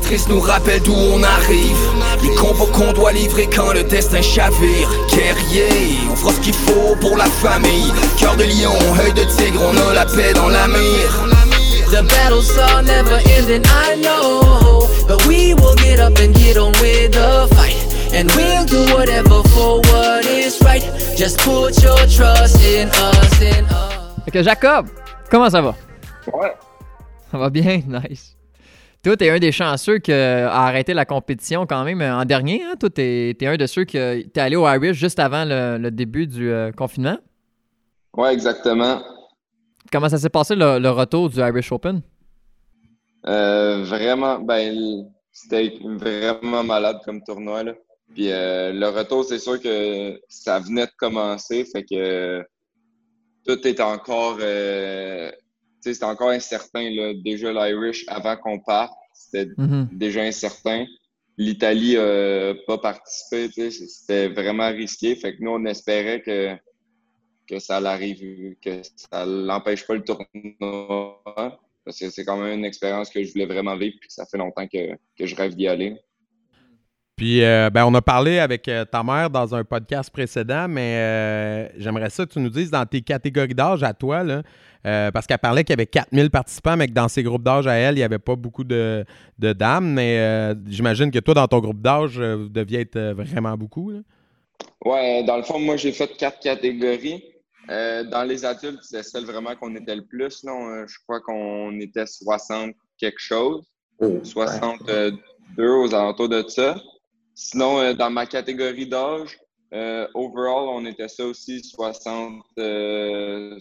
cicatrices nous rappellent d'où on arrive. Les combats qu'on doit livrer quand le destin chavire. Guerrier, on fera ce qu'il faut pour la famille. Cœur de lion, œil de tigre, on a la paix dans la mire. The battles are never ending, I know, but we will get up and get on with the fight. And we'll do whatever for what is right. Just put your trust in us, in us. Fait que Jacob, comment ça va? Ouais. Ça va bien, nice. Toi, t'es un des chanceux qui a arrêté la compétition quand même en dernier. Hein? Toi, t'es un de ceux qui t'es allé au Irish juste avant le début du confinement. Ouais, exactement. Comment ça s'est passé le retour du Irish Open? Vraiment, c'était vraiment malade comme tournoi, là. Puis le retour, c'est sûr que ça venait de commencer, fait que tout est encore, c'était encore incertain, là. Déjà l'Irish, avant qu'on parte, c'était déjà incertain. L'Italie n'a pas participé, c'était vraiment risqué, fait que nous, on espérait que ça l'arrive, que ça l'empêche pas le tournoi, parce que c'est quand même une expérience que je voulais vraiment vivre, puis ça fait longtemps que je rêve d'y aller. Puis, on a parlé avec ta mère dans un podcast précédent, mais j'aimerais ça que tu nous dises dans tes catégories d'âge à toi, là, parce qu'elle parlait qu'il y avait 4000 participants, mais que dans ses groupes d'âge à elle, il n'y avait pas beaucoup de dames, mais j'imagine que toi, dans ton groupe d'âge, vous deviez être vraiment beaucoup, là. Ouais, dans le fond, moi, j'ai fait 4 catégories. Dans les adultes, c'est celle vraiment qu'on était le plus, là. Je crois qu'on était 60 quelque chose, 62 aux alentours de ça. Sinon, dans ma catégorie d'âge, overall, on était ça aussi 62,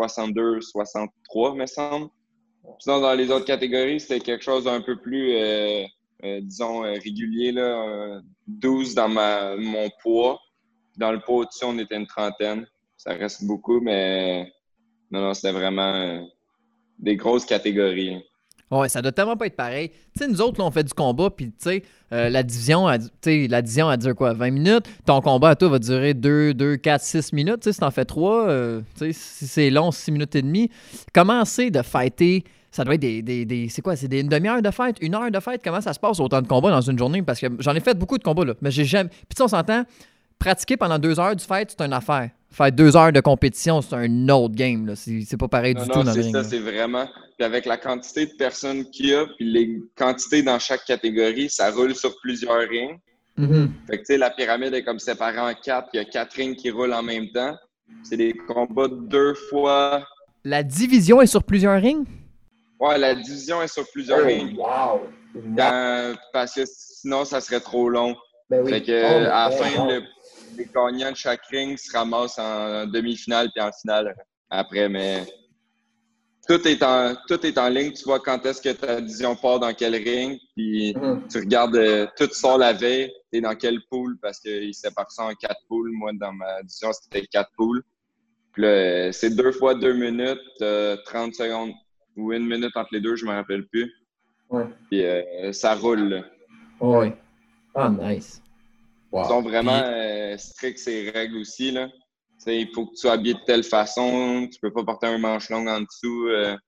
63, me semble. Sinon, dans les autres catégories, c'était quelque chose d'un peu plus, disons, régulier, là. 12 dans mon poids. Dans le poids au-dessus, on était une trentaine. Ça reste beaucoup, mais non, c'était vraiment des grosses catégories. Ouais, ça doit tellement pas être pareil. Tu sais, nous autres, là, on fait du combat, puis tu sais, la division, elle dure quoi, 20 minutes? Ton combat à toi va durer 2, 4, 6 minutes. Tu sais, si t'en fais 3, tu sais, si c'est long, 6 minutes et demie. Comment c'est de fighter? Ça doit être c'est quoi? C'est une demi-heure de fight? Une heure de fight? Comment ça se passe autant de combats dans une journée? Parce que j'en ai fait beaucoup de combats, là, mais j'ai jamais... Puis tu sais, on s'entend, pratiquer pendant 2 heures du fight, c'est une affaire. Faire 2 heures de compétition, c'est un autre game, là. C'est pas pareil du tout dans le ring. Non, c'est ça, c'est vraiment... Puis avec la quantité de personnes qu'il y a, puis les quantités dans chaque catégorie, ça roule sur plusieurs rings. Fait que tu sais, la pyramide est comme séparée en 4, il y a 4 rings qui roulent en même temps. C'est des combats de 2 fois... La division est sur plusieurs rings? Ouais, la division est sur plusieurs rings. Wow! Parce que sinon, ça serait trop long. Ben oui. Fait que à la fin, les gagnants de chaque ring se ramassent en demi-finale puis en finale après, mais tout est en ligne. Tu vois quand est-ce que ta division part dans quel ring, puis tu regardes, tout sort la veille, t'es dans quelle pool, parce qu'ils séparent ça en 4 poules. Moi, dans ma division, c'était 4 poules. Puis là, c'est 2 fois 2 minutes, 30 secondes ou 1 minute entre les deux, je me rappelle plus. Ouais. Puis ça roule, là. Oui. Ah, nice. Wow. Ils sont vraiment stricts ces règles aussi, là. T'sais, il faut que tu sois habillé de telle façon, tu peux pas porter un manche long en dessous.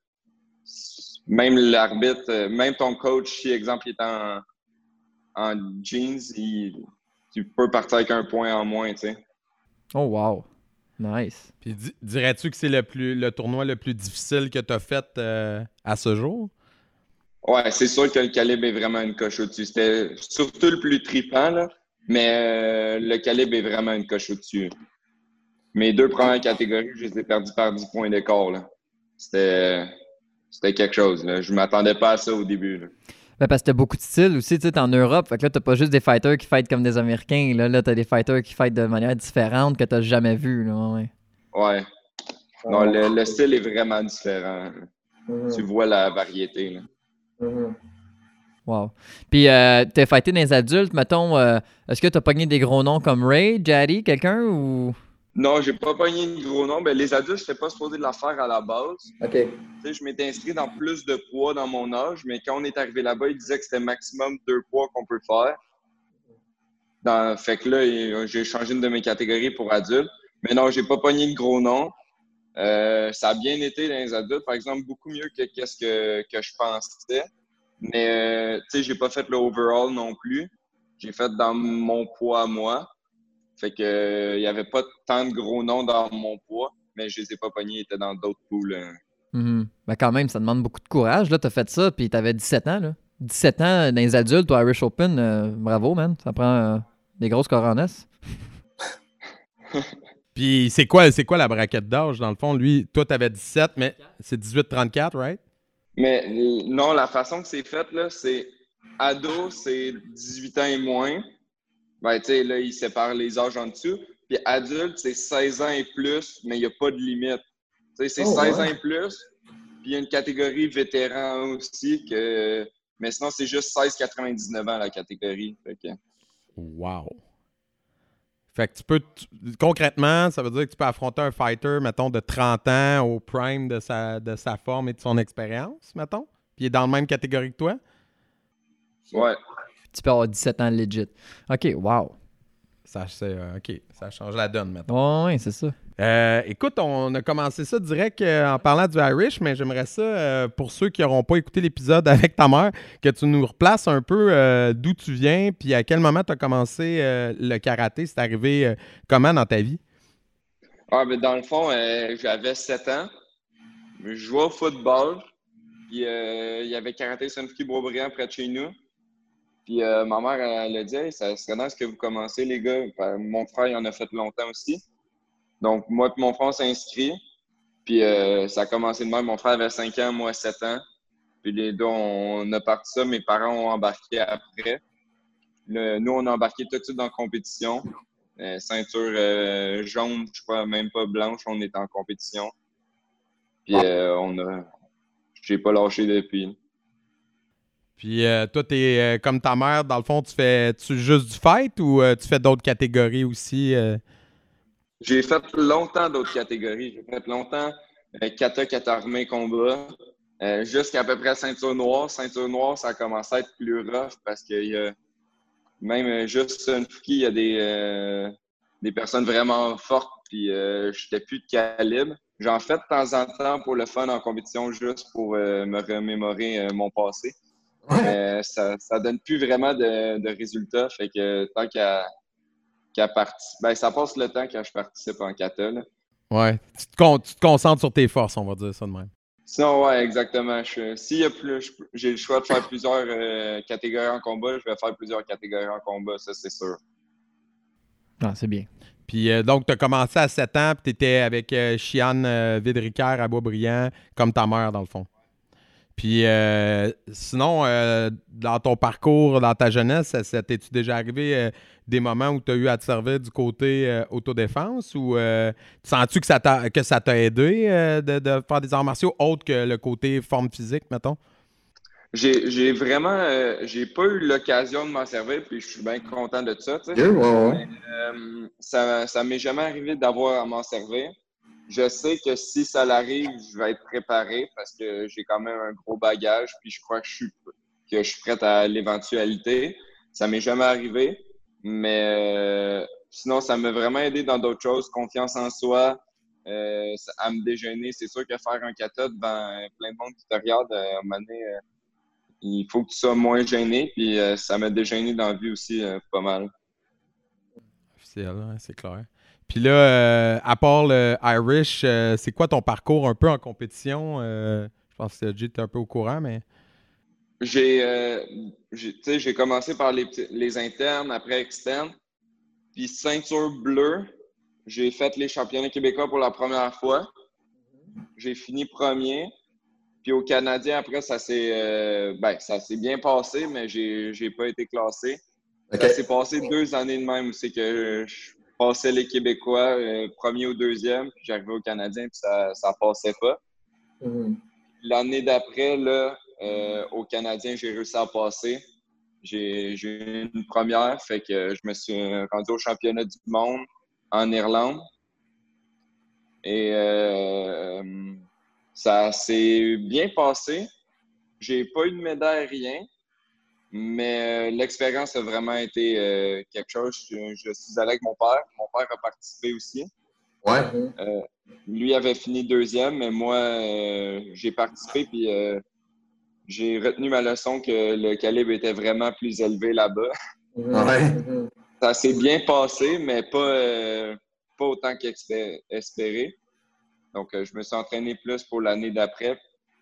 Même l'arbitre, même ton coach, si exemple il est en jeans, tu peux partir avec un point en moins, tu sais. Oh wow. Nice. Puis dirais-tu que c'est le tournoi le plus difficile que tu as fait à ce jour? Ouais, c'est sûr que le calibre est vraiment une coche au-dessus. C'était surtout le plus trippant, là, mais le calibre est vraiment une coche au-dessus. Mes 2 premières catégories, je les ai perdues par 10 points d'écart, là. C'était quelque chose, là. Je m'attendais pas à ça au début, là. Ben parce que t'as beaucoup de styles aussi, tu sais, t'es en Europe. Fait que là, t'as pas juste des fighters qui fightent comme des Américains. Là, t'as des fighters qui fightent de manière différente que t'as jamais vu, là. Ouais. Ouais. Non, le style est vraiment différent. Tu vois la variété, là. Wow. Puis, t'as fighté dans les adultes, mettons, est-ce que t'as pogné des gros noms comme Ray, Jaddy, quelqu'un, ou... Non, j'ai pas pogné de gros noms. Ben, les adultes, je n'étais pas supposé de la faire à la base. OK. Tu sais, je m'étais inscrit dans plus de poids dans mon âge, mais quand on est arrivé là-bas, ils disaient que c'était maximum 2 poids qu'on peut faire. Fait que là, j'ai changé une de mes catégories pour adultes. Mais non, j'ai pas pogné de gros noms. Ça a bien été dans les adultes, par exemple, beaucoup mieux que qu'est-ce que je pensais. Mais, tu sais, j'ai pas fait le overall non plus. J'ai fait dans mon poids à moi. Fait que, il y avait pas tant de gros noms dans mon poids, mais je les ai pas pognés, ils étaient dans d'autres poules. Ben quand même, ça demande beaucoup de courage. Là, t'as fait ça, puis t'avais 17 ans. Là. 17 ans dans les adultes au Irish Open, bravo, man. Ça prend des grosses coronesses. Puis c'est quoi la braquette d'âge, dans le fond? Lui, toi, t'avais 17, mais c'est 18-34, right? Mais non, la façon que c'est fait, là, c'est ado, c'est 18 ans et moins. Ben, tu sais, là, ils séparent les âges en dessous. Puis adulte, c'est 16 ans et plus, mais il n'y a pas de limite. Tu sais, c'est 16 ans et plus. Puis il y a une catégorie vétéran aussi, mais sinon, c'est juste 16-99 ans la catégorie. Fait que... Wow! Fait que concrètement, ça veut dire que tu peux affronter un fighter, mettons, de 30 ans au prime de sa forme et de son expérience, mettons? Puis il est dans la même catégorie que toi? Ouais. Tu peux avoir 17 ans legit. OK, wow. Ça change la donne, mettons. Ouais, c'est ça. Écoute, on a commencé ça direct en parlant du Irish, mais j'aimerais ça, pour ceux qui n'auront pas écouté l'épisode avec ta mère, que tu nous replaces un peu d'où tu viens, puis à quel moment tu as commencé le karaté. C'est arrivé comment dans ta vie? Ah, mais dans le fond, j'avais 7 ans. Je jouais au football. Puis il y avait Karaté Sunfuki-Boisbriand près de chez nous. Puis ma mère, elle a dit hey, ça serait nice que vous commencez, les gars. Mon frère, il en a fait longtemps aussi. Donc, moi et mon frère, on s'est inscrits. Puis ça a commencé de même. Mon frère avait 5 ans, moi 7 ans. Puis les deux, on a parti ça. Mes parents ont embarqué après. Nous, on a embarqué tout de suite dans la compétition. Ceinture jaune, je crois, même pas blanche, on est en compétition. Puis j'ai pas lâché depuis. Puis toi, t'es comme ta mère, dans le fond, tu fais-tu juste du fight ou tu fais d'autres catégories aussi? J'ai fait longtemps d'autres catégories. J'ai fait longtemps kata armé combat, jusqu'à peu près ceinture noire. Ceinture noire, ça a commencé à être plus rough parce qu'il y a même juste Sunfuki, il y a des personnes vraiment fortes, puis j'étais plus de calibre. J'en fais de temps en temps pour le fun en compétition, juste pour me remémorer mon passé. Mais ça donne plus vraiment de résultats. Fait que tant qu'à participer, ben, ça passe le temps quand je participe en kata. Là. Ouais. Tu te concentres sur tes forces, on va dire ça de même. Sinon, ouais, exactement. S'il y a j'ai le choix de faire plusieurs catégories en combat, je vais faire plusieurs catégories en combat, ça c'est sûr. Ah, c'est bien. Puis donc, tu as commencé à 7 ans, puis tu étais avec Chiane Vidricaire à Boisbriand, comme ta mère, dans le fond. Puis sinon, dans ton parcours, dans ta jeunesse, t'es-tu déjà arrivé des moments où tu as eu à te servir du côté autodéfense ou sens-tu que ça t'a aidé de faire des arts martiaux autres que le côté forme physique, mettons? J'ai vraiment j'ai pas eu l'occasion de m'en servir, puis je suis bien content de ça. Tu sais. Ouais. Ça m'est jamais arrivé d'avoir à m'en servir. Je sais que si ça l'arrive, je vais être préparé parce que j'ai quand même un gros bagage, puis je crois que je suis prêt à l'éventualité. Ça m'est jamais arrivé, mais sinon, ça m'a vraiment aidé dans d'autres choses. Confiance en soi, à me déjeuner. C'est sûr que faire un kata devant plein de monde qui te regarde, à un moment donné, il faut que tu sois moins gêné, puis ça m'a dégêné dans la vie aussi pas mal. Officiel, hein, c'est clair. Puis là, à part le Irish, c'est quoi ton parcours un peu en compétition? Je pense que Jay était un peu au courant, mais... J'ai commencé par les internes, après externes. Puis ceinture bleue, j'ai fait les championnats québécois pour la première fois. J'ai fini premier. Puis au Canadien, après, ça s'est bien passé, mais j'ai pas été classé. Okay. Ça s'est passé 2 années de même, c'est que je passais les Québécois, premier ou deuxième, puis j'arrivais au Canadien, puis ça passait pas. L'année d'après, là, au Canadien, j'ai réussi à passer. J'ai eu une première, fait que je me suis rendu au championnat du monde en Irlande. Et ça s'est bien passé. J'ai pas eu de médaille, rien. Mais l'expérience a vraiment été quelque chose. Je suis allé avec mon père. Mon père a participé aussi. Ouais. Lui avait fini deuxième, mais moi, j'ai participé puis j'ai retenu ma leçon que le calibre était vraiment plus élevé là-bas. Ouais. Ça s'est bien passé, mais pas autant qu'espéré. Donc, je me suis entraîné plus pour l'année d'après.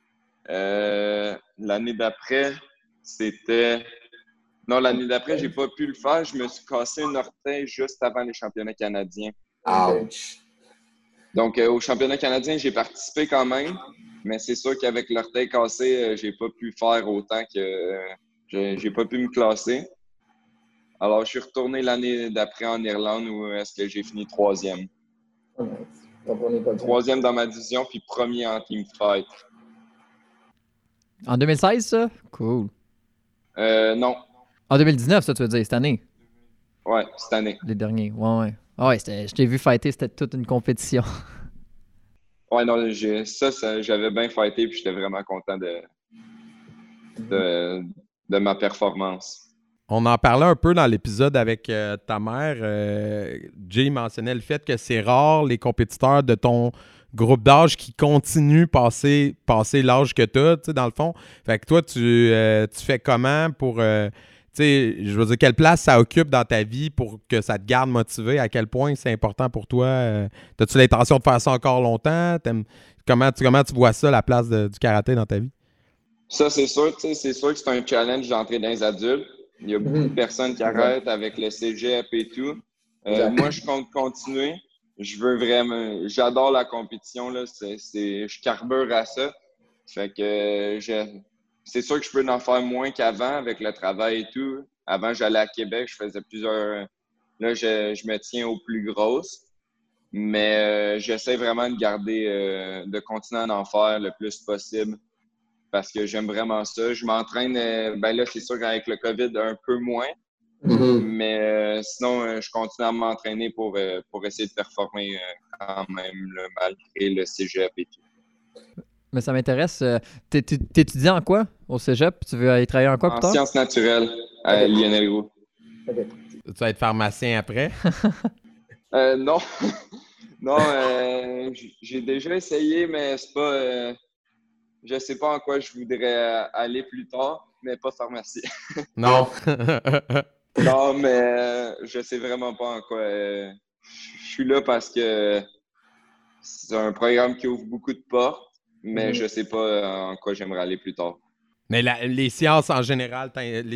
L'année d'après, c'était... Non, l'année d'après, j'ai pas pu le faire. Je me suis cassé un orteil juste avant les championnats canadiens. Ouch. Donc, au championnat canadien, j'ai participé quand même, mais c'est sûr qu'avec l'orteil cassé, j'ai pas pu faire autant que j'ai pas pu me classer. Alors, je suis retourné l'année d'après en Irlande où est-ce que j'ai fini 3e. Oh, nice. 3e dans ma division, puis 1er en team fight. En 2016, ça? Cool. Non. En 2019, ça, tu veux dire, cette année? Ouais, cette année. Les derniers, ouais. Ah ouais, je t'ai vu fighter, c'était toute une compétition. Ouais, non, j'avais bien fighté, puis j'étais vraiment content de ma performance. On en parlait un peu dans l'épisode avec ta mère. Jay mentionnait le fait que c'est rare les compétiteurs de ton groupe d'âge qui continuent passer l'âge que tu as, tu sais, dans le fond. Fait que toi, tu fais comment pour, tu sais, je veux dire, quelle place ça occupe dans ta vie pour que ça te garde motivé? À quel point c'est important pour toi? As-tu l'intention de faire ça encore longtemps? Comment tu vois ça, la place du karaté dans ta vie? Ça, c'est sûr, tu sais, c'est sûr que c'est un challenge d'entrer dans les adultes. Il y a beaucoup de personnes qui arrêtent avec le cégep et tout. Moi, je compte continuer. Je veux vraiment... J'adore la compétition, là. Je carbure à ça. Fait que c'est sûr que je peux en faire moins qu'avant avec le travail et tout. Avant, j'allais à Québec, je faisais plusieurs... Là, je me tiens aux plus grosses. Mais j'essaie vraiment de garder... de continuer à en faire le plus possible. Parce que j'aime vraiment ça. Je m'entraîne, ben là, c'est sûr qu'avec le COVID, un peu moins. Mais sinon, je continue à m'entraîner pour essayer de performer quand même, là, malgré le cégep et tout. Mais ça m'intéresse. T'étudies en quoi au cégep? Tu veux aller travailler en quoi plus tard? En sciences naturelles à Lionel Gros. Okay. Tu vas être pharmacien après? Non. Non, j'ai déjà essayé, mais c'est pas... je sais pas en quoi je voudrais aller plus tard, mais pas pharmacie. Non. Non, mais je sais vraiment pas en quoi. Je suis là parce que c'est un programme qui ouvre beaucoup de portes, mais je sais pas en quoi j'aimerais aller plus tard. Mais les sciences en général,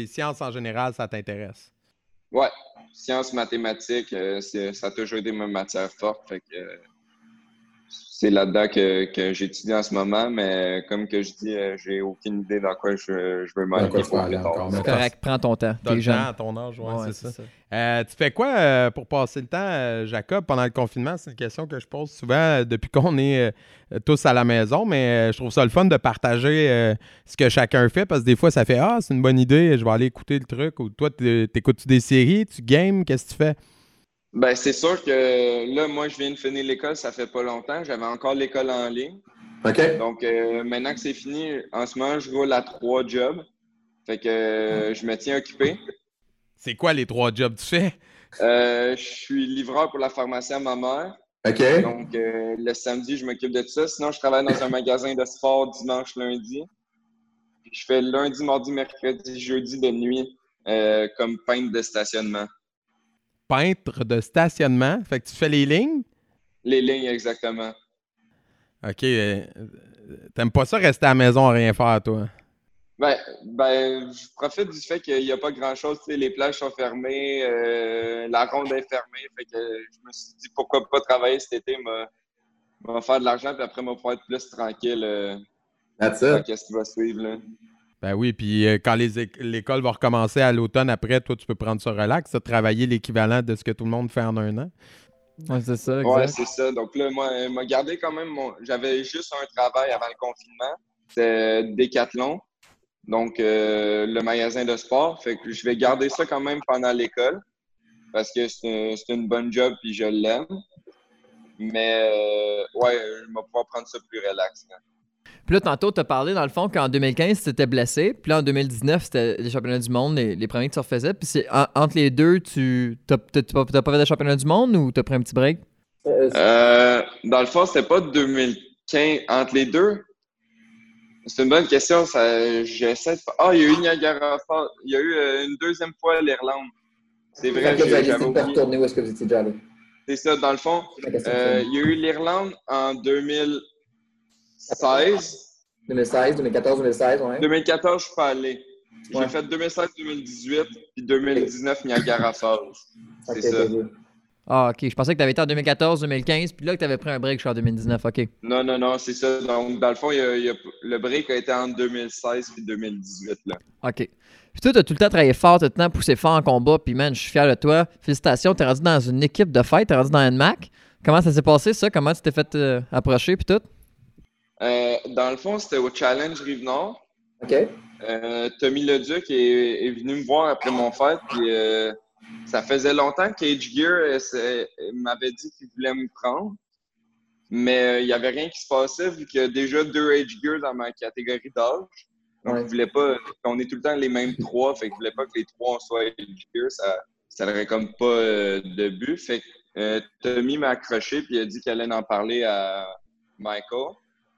ça t'intéresse? Ouais, sciences, mathématiques, ça a toujours été ma matière forte, fait que c'est là-dedans que j'étudie en ce moment, mais comme que je dis, j'ai aucune idée dans quoi je veux m'aller pour plus tard. C'est correct, prends ton temps. T'es jeune. À ton âge, c'est ça. Tu fais quoi pour passer le temps, Jacob, pendant le confinement? C'est une question que je pose souvent depuis qu'on est tous à la maison, mais je trouve ça le fun de partager ce que chacun fait, parce que des fois, ça fait « Ah, c'est une bonne idée, je vais aller écouter le truc » ou toi, t'écoutes-tu des séries, tu games, qu'est-ce que tu fais? Ben, c'est sûr que là, moi, je viens de finir l'école, ça fait pas longtemps. J'avais encore l'école en ligne. OK. Donc, maintenant que c'est fini, en ce moment, je roule à 3 jobs. Fait que je me tiens occupé. C'est quoi les 3 jobs que tu fais? Je suis livreur pour la pharmacie à ma mère. OK. Donc, le samedi, je m'occupe de ça. Sinon, je travaille dans un magasin de sport dimanche, lundi. Puis, je fais lundi, mardi, mercredi, jeudi de nuit comme peintre de stationnement. Peintre de stationnement? Fait que tu fais les lignes? Les lignes, exactement. OK. T'aimes pas ça rester à la maison à rien faire, toi? Ben, je profite du fait qu'il n'y a pas grand-chose. Tu sais, les plages sont fermées, la ronde est fermée. Fait que je me suis dit, pourquoi pas travailler cet été, m'a faire de l'argent, puis après, m'a pouvoir être plus tranquille. Qu'est-ce qui va suivre, là? Ben oui, puis quand l'école va recommencer à l'automne après, toi, tu peux prendre ça relax, ça, travailler l'équivalent de ce que tout le monde fait en un an. Ouais, c'est ça, exact. Ouais, c'est ça. Donc là, moi, m'a gardé quand même j'avais juste un travail avant le confinement. C'était Décathlon. Donc, le magasin de sport. Fait que je vais garder ça quand même pendant l'école parce que c'est une bonne job puis je l'aime. Mais, ouais, je vais pouvoir prendre ça plus relax. Là. Puis là, tantôt, tu as parlé, dans le fond, qu'en 2015, tu t'étais blessé. Puis là, en 2019, c'était les championnats du monde, les premiers que tu refaisais. Puis c'est entre les deux, t'as pas fait de championnat du monde ou t'as pris un petit break? Dans le fond, c'était pas 2015. Entre les deux, C'est une bonne question. J'essaie de... Ah, il y a eu Niagara Falls. Il y a eu une deuxième fois l'Irlande. C'est vrai, Quand vous avez j'avais décidé de oublié. retourner où est-ce que vous étiez déjà allé? C'est ça, dans le fond. C'est ma question. Il y a eu l'Irlande en 2016. 2016, 2014, 2016, ouais. 2014, je suis pas allé. J'ai Ouais. fait 2016-2018, puis 2019, Niagara Falls. C'est ça. Ah, OK. Je pensais que tu avais été en 2014-2015, puis là que tu avais pris un break jusqu'en 2019. OK. Non, c'est ça. Donc, dans le fond, le break a été entre 2016 et 2018. Là. OK. Puis toi, t'as tout le temps travaillé fort, t'as tout le temps poussé fort en combat, puis man, je suis fier de toi. Félicitations, t'es rendu dans une équipe de fight, t'es rendu dans NMAC. Comment ça s'est passé, ça? Comment tu t'es fait approcher, puis tout? Dans le fond, c'était au Challenge Rive-Nord. OK. Tommy Leduc est venu me voir après mon fight, puis ça faisait longtemps que Cage Gear m'avait dit qu'il voulait me prendre, mais il n'y avait rien qui se passait vu qu'il y a déjà 2 Age Gear dans ma catégorie d'âge. Donc, il voulait pas, on est tout le temps les mêmes 3, fait qu'il voulait pas que les 3 soient Age Gear, ça n'aurait comme pas de but. Fait que Tommy m'a accroché, puis il a dit qu'il allait en parler à Michael.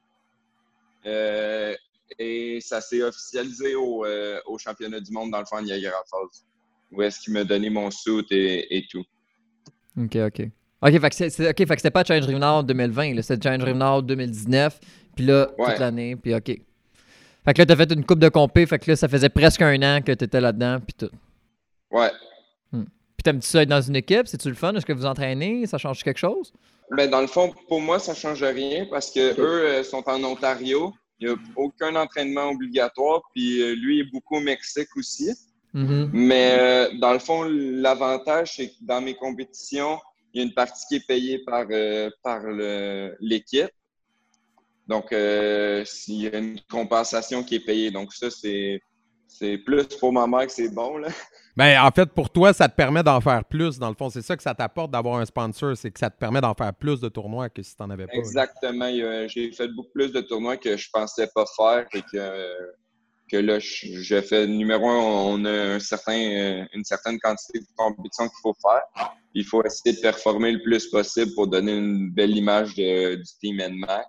Et ça s'est officialisé au championnat du monde dans le fond à Niagara Falls, où est-ce qu'il m'a donné mon suit et tout. OK. OK, fait que c'était pas Challenge Rive-Nord 2020, là, c'était Challenge Rive-Nord 2019, puis là, toute l'année, puis OK. Fait que là, t'as fait une coupe de compé, fait que là, ça faisait presque un an que t'étais là-dedans, puis tout. Ouais. Puis t'aimes-tu ça être dans une équipe? C'est-tu le fun? Est-ce que vous entraînez? Ça change quelque chose? Ben, dans le fond, pour moi, ça change rien parce que eux sont en Ontario. Il n'y a aucun entraînement obligatoire. Puis lui est beaucoup au Mexique aussi. Mm-hmm. Mais dans le fond, l'avantage, c'est que dans mes compétitions, il y a une partie qui est payée par l'équipe. Donc, il y a une compensation qui est payée. Donc, ça, c'est plus pour ma mère que c'est bon, là. Ben, en fait, pour toi, ça te permet d'en faire plus, dans le fond. C'est ça que ça t'apporte d'avoir un sponsor, c'est que ça te permet d'en faire plus de tournois que si tu n'en avais pas. Exactement. J'ai fait beaucoup plus de tournois que je pensais pas faire et que là, je fais numéro 1, on a une certaine quantité de compétitions qu'il faut faire. Il faut essayer de performer le plus possible pour donner une belle image du Team NMAC.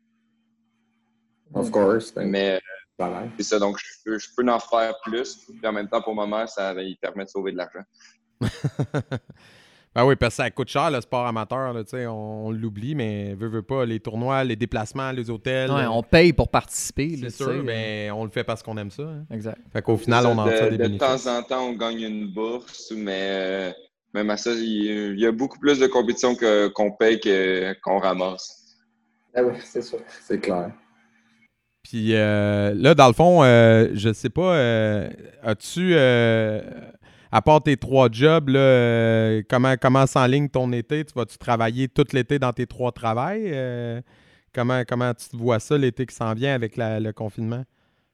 Of course. Mais c'est ça, donc je peux en faire plus. Puis en même temps, pour ma mère, il permet de sauver de l'argent. Ben oui, parce que ça coûte cher, le sport amateur. Là, on l'oublie, mais veut pas, les tournois, les déplacements, les hôtels. Ouais, on paye pour participer. C'est sûr, mais on le fait parce qu'on aime ça. Hein. Exact. Fait qu'au final, on en tire des bénéfices. De temps en temps, on gagne une bourse, mais même à ça, il y a beaucoup plus de compétitions qu'on paye qu'on ramasse. Ah oui, c'est sûr. C'est clair. Puis là, dans le fond, je sais pas, as-tu, à part tes 3 jobs, là, comment s'enligne ton été? Tu vas-tu travailler tout l'été dans tes 3 travails? Comment tu te vois ça, l'été qui s'en vient avec le confinement?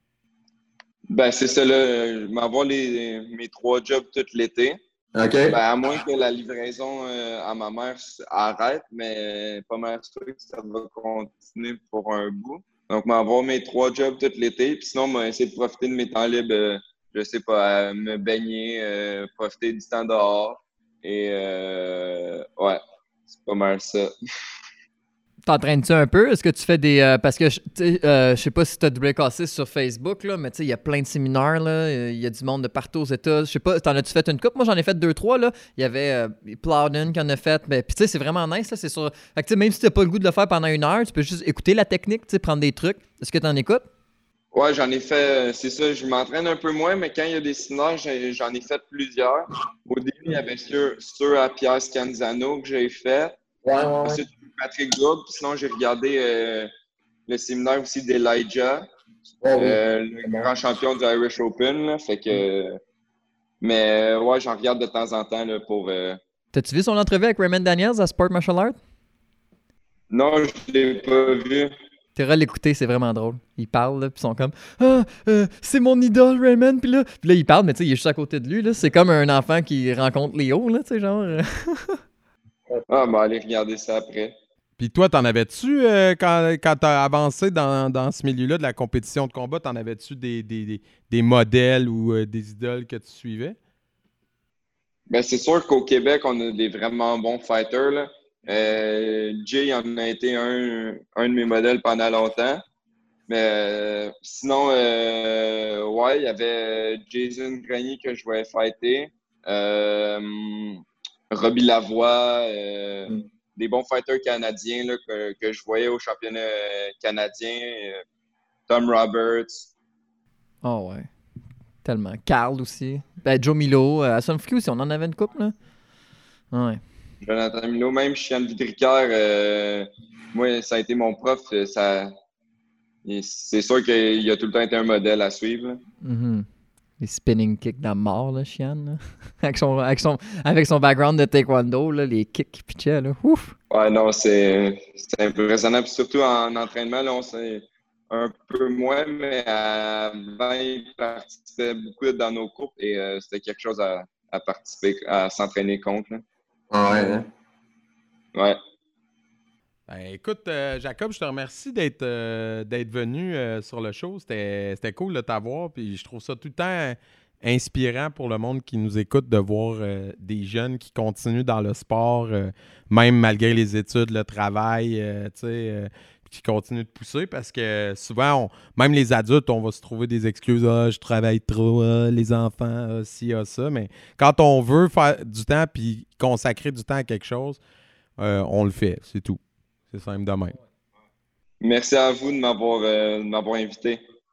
Ben, c'est ça, là. M'avoir mes 3 jobs tout l'été. OK. Ben, à moins que la livraison à ma mère arrête, mais pas mal sûr que ça va continuer pour un bout. Donc, m'avoir mes 3 jobs tout l'été. Puis sinon, moi, essayer de profiter de mes temps libres, je sais pas, me baigner, profiter du temps dehors. Et ouais, c'est pas mal ça. T'entraînes-tu un peu? Est-ce que tu fais des... parce que, je sais pas si tu as doublé cassé sur Facebook, là, mais tu sais, il y a plein de séminaires, là. Il y a du monde de partout aux États. Je sais pas, t'en as-tu fait une couple? Moi, j'en ai fait 2-3, là. Il y avait Plowden qui en a fait. Ben, puis tu sais, c'est vraiment nice, là. C'est sur... Fait que, tu sais, même si t'as pas le goût de le faire pendant 1 heure, tu peux juste écouter la technique, tu sais, prendre des trucs. Est-ce que t'en écoutes? Ouais, j'en ai fait, c'est ça, je m'entraîne un peu moins, mais quand il y a des séminaires, j'en ai fait plusieurs. Au début, il y avait ceux à Pierre Scanzano que j'ai fait. Ouais. Ensuite, Patrick Gourde, puis sinon, j'ai regardé le séminaire aussi d'Elijah, le grand champion du Irish Open. Là, fait que, mais ouais, j'en regarde de temps en temps là, pour... T'as-tu vu son entrevue avec Raymond Daniels à Sport Martial Art? Non, je l'ai pas vu. T'auras l'écouter, c'est vraiment drôle. Ils parlent, là, puis ils sont comme « Ah, c'est mon idole, Raymond! » Puis là, il parle, mais tu sais, il est juste à côté de lui, là. C'est comme un enfant qui rencontre Léo, là, tu sais, genre... Ah, ben, allez regarder ça après. Puis toi, t'en avais-tu, quand t'as avancé dans ce milieu-là de la compétition de combat, t'en avais-tu des modèles ou des idoles que tu suivais? Ben, c'est sûr qu'au Québec, on a des vraiment bons fighters, là. Jay en a été un de mes modèles pendant longtemps. Mais sinon, ouais, il y avait Jason Grenier que je voyais fighter. Robbie Lavoie, des bons fighters canadiens là, que je voyais au championnat canadien. Tom Roberts. Oh ouais. Tellement. Carl aussi. Ben, Joe Milo. À Sunfury aussi, on en avait une couple, là. Ouais. Jonathan Milo, même Chian Vidricaire, moi, ça a été mon prof. C'est sûr qu'il a tout le temps été un modèle à suivre. Là. Mm-hmm. Les spinning kicks de la mort, là, Chian. Là. avec son background de taekwondo, là, les kicks qu'il pitchait, là. Ouf! Ouais, non, c'est impressionnant. Puis surtout en entraînement, là, on sait un peu moins, mais avant, il participait beaucoup dans nos cours et c'était quelque chose à participer, à s'entraîner contre. Là. Ah ouais, hein? Ouais. Ben, écoute, Jacob, je te remercie d'être venu sur le show. C'était cool de t'avoir. Puis je trouve ça tout le temps inspirant pour le monde qui nous écoute de voir des jeunes qui continuent dans le sport, même malgré les études, le travail, qui continuent de pousser parce que souvent, même les adultes, on va se trouver des excuses. Ah, je travaille trop, les enfants, ci, ça. Mais quand on veut faire du temps puis consacrer du temps à quelque chose, on le fait, c'est tout. C'est simple de même. Merci à vous de m'avoir invité.